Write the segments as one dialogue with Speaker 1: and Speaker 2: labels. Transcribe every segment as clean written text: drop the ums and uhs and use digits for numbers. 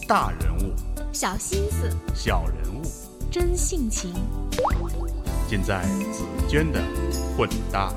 Speaker 1: 大人物，
Speaker 2: 小心思，
Speaker 1: 小人物，
Speaker 2: 真性情，
Speaker 1: 尽在紫娟的混搭。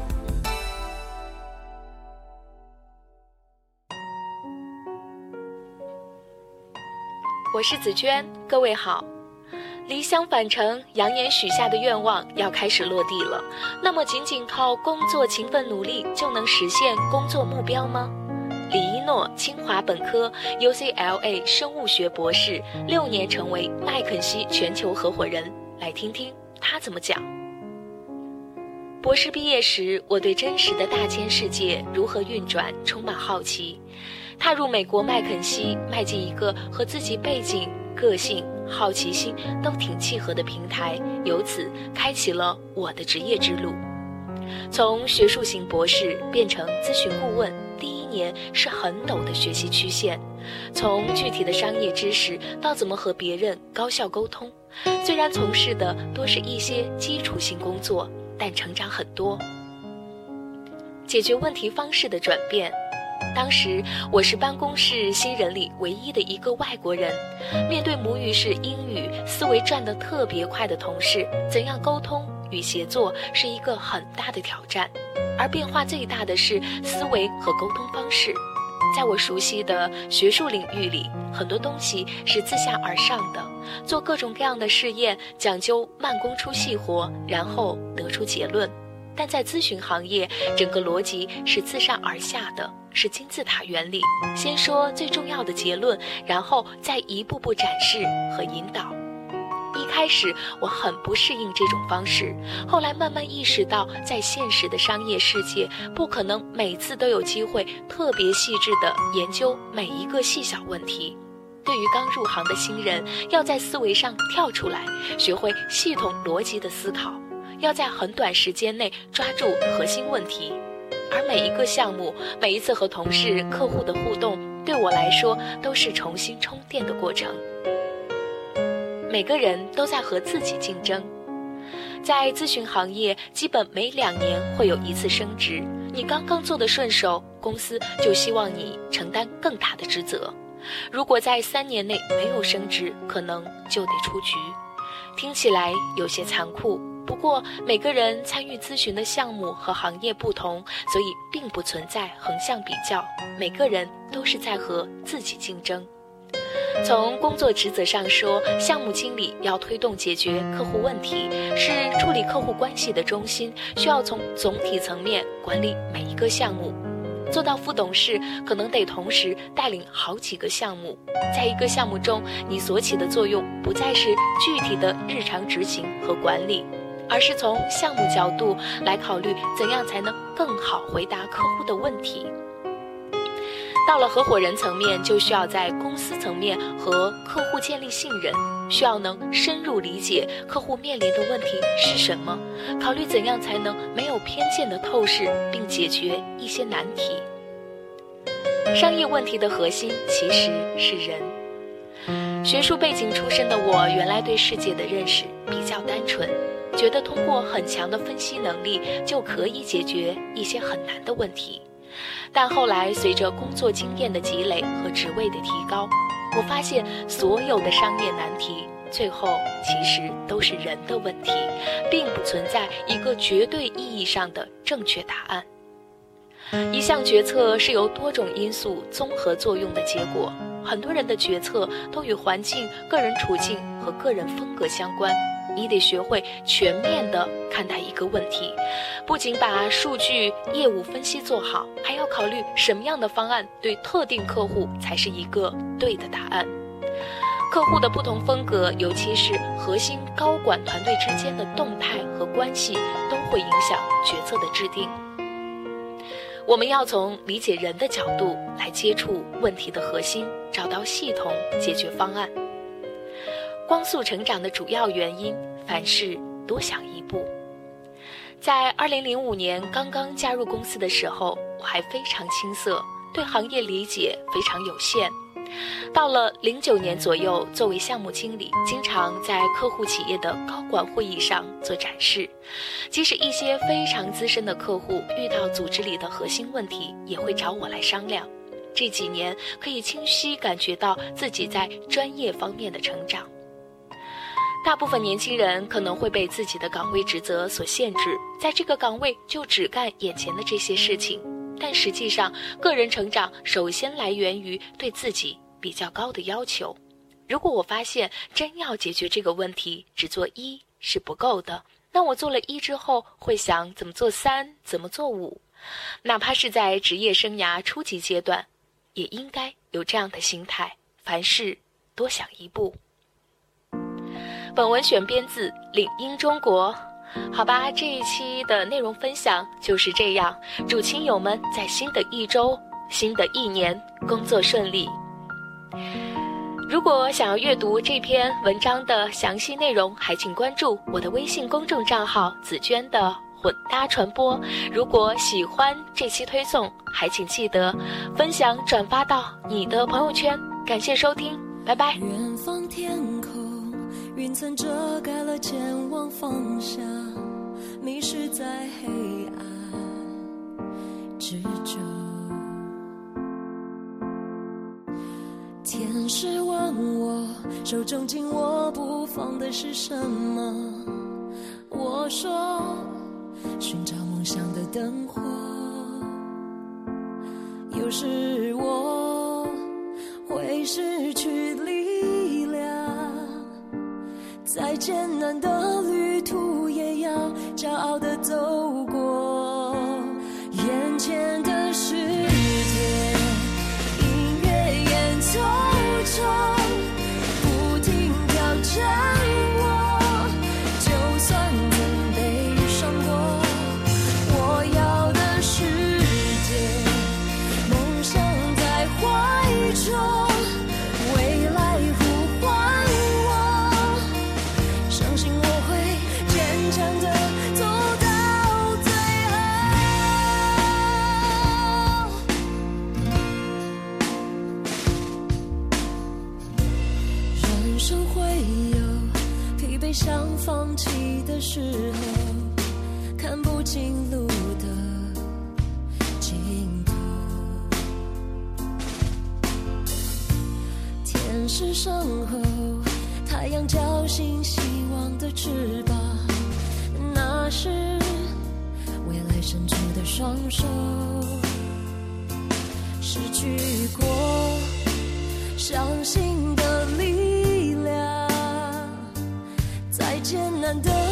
Speaker 3: 我是紫娟，各位好。理想返程，扬言许下的愿望要开始落地了。那么仅仅靠工作勤奋努力就能实现工作目标吗？李一诺，清华本科 UCLA 生物学博士，6年成为麦肯锡全球合伙人，来听听他怎么讲。博士毕业时，我对真实的大千世界如何运转充满好奇。踏入美国麦肯锡，迈进一个和自己背景、个性、好奇心都挺契合的平台，由此开启了我的职业之路。从学术型博士变成咨询顾问，第1年是很陡的学习曲线。从具体的商业知识到怎么和别人高效沟通，虽然从事的多是一些基础性工作，但成长很多。解决问题方式的转变。当时我是办公室新人里唯一的一个外国人，面对母语是英语、思维转得特别快的同事，怎样沟通与协作是一个很大的挑战。而变化最大的是思维和沟通方式。在我熟悉的学术领域里，很多东西是自下而上的，做各种各样的试验，讲究慢工出细活，然后得出结论。但在咨询行业，整个逻辑是自上而下的，是金字塔原理，先说最重要的结论，然后再一步步展示和引导。一开始我很不适应这种方式，后来慢慢意识到，在现实的商业世界，不可能每次都有机会特别细致地研究每一个细小问题。对于刚入行的新人，要在思维上跳出来，学会系统逻辑的思考，要在很短时间内抓住核心问题。而每一个项目，每一次和同事、客户的互动，对我来说都是重新充电的过程。每个人都在和自己竞争。在咨询行业，基本每2年会有一次升职，你刚刚做得顺手，公司就希望你承担更大的职责。如果在3年内没有升职，可能就得出局。听起来有些残酷，不过每个人参与咨询的项目和行业不同，所以并不存在横向比较，每个人都是在和自己竞争。从工作职责上说，项目经理要推动解决客户问题，是处理客户关系的中心，需要从总体层面管理每一个项目。做到副董事，可能得同时带领好几个项目。在一个项目中，你所起的作用不再是具体的日常执行和管理，而是从项目角度来考虑怎样才能更好回答客户的问题。到了合伙人层面，就需要在公司层面和客户建立信任，需要能深入理解客户面临的问题是什么，考虑怎样才能没有偏见的透视并解决一些难题。商业问题的核心其实是人。学术背景出身的我，原来对世界的认识比较单纯，觉得通过很强的分析能力就可以解决一些很难的问题。但后来随着工作经验的积累和职位的提高，我发现所有的商业难题最后其实都是人的问题，并不存在一个绝对意义上的正确答案。一项决策是由多种因素综合作用的结果，很多人的决策都与环境、个人处境和个人风格相关。你得学会全面地看待一个问题，不仅把数据、业务分析做好，还要考虑什么样的方案对特定客户才是一个对的答案。客户的不同风格，尤其是核心高管团队之间的动态和关系，都会影响决策的制定。我们要从理解人的角度来接触问题的核心，找到系统解决方案。光速成长的主要原因，凡事多想一步。在2005年刚刚加入公司的时候，我还非常青涩，对行业理解非常有限。到了09年左右，作为项目经理，经常在客户企业的高管会议上做展示，即使一些非常资深的客户遇到组织里的核心问题，也会找我来商量。 这几年可以清晰感觉到自己在专业方面的成长。大部分年轻人可能会被自己的岗位职责所限制，在这个岗位就只干眼前的这些事情，但实际上个人成长首先来源于对自己比较高的要求。如果我发现真要解决这个问题，只做1是不够的，那我做了1之后会想怎么做3，怎么做5。哪怕是在职业生涯初级阶段，也应该有这样的心态，凡事多想一步。本文选编自领英中国。好吧，这一期的内容分享就是这样，祝亲友们在新的一周、新的一年工作顺利。如果想要阅读这篇文章的详细内容，还请关注我的微信公众账号紫娟的混搭传播。如果喜欢这期推送，还请记得分享转发到你的朋友圈。感谢收听，拜拜。
Speaker 4: 远方天空，云层遮盖了前往方向，迷失在黑暗之中。天使问我，手中紧握不放的是什么？我说，寻找梦想的灯火。有时我会失去力量，再艰难的旅途也要骄傲地走过。眼前的世界，音乐演奏中不停挑战我，就算曾被伤过，我要的世界，梦想在怀中，未来呼唤我，相信我会坚强地走到最后。人生会有疲惫想放弃的时候，看不清路的尽头。天使身后，太阳叫醒希望的翅膀，那是未来伸出的双手。失去过相信的力量，在艰难的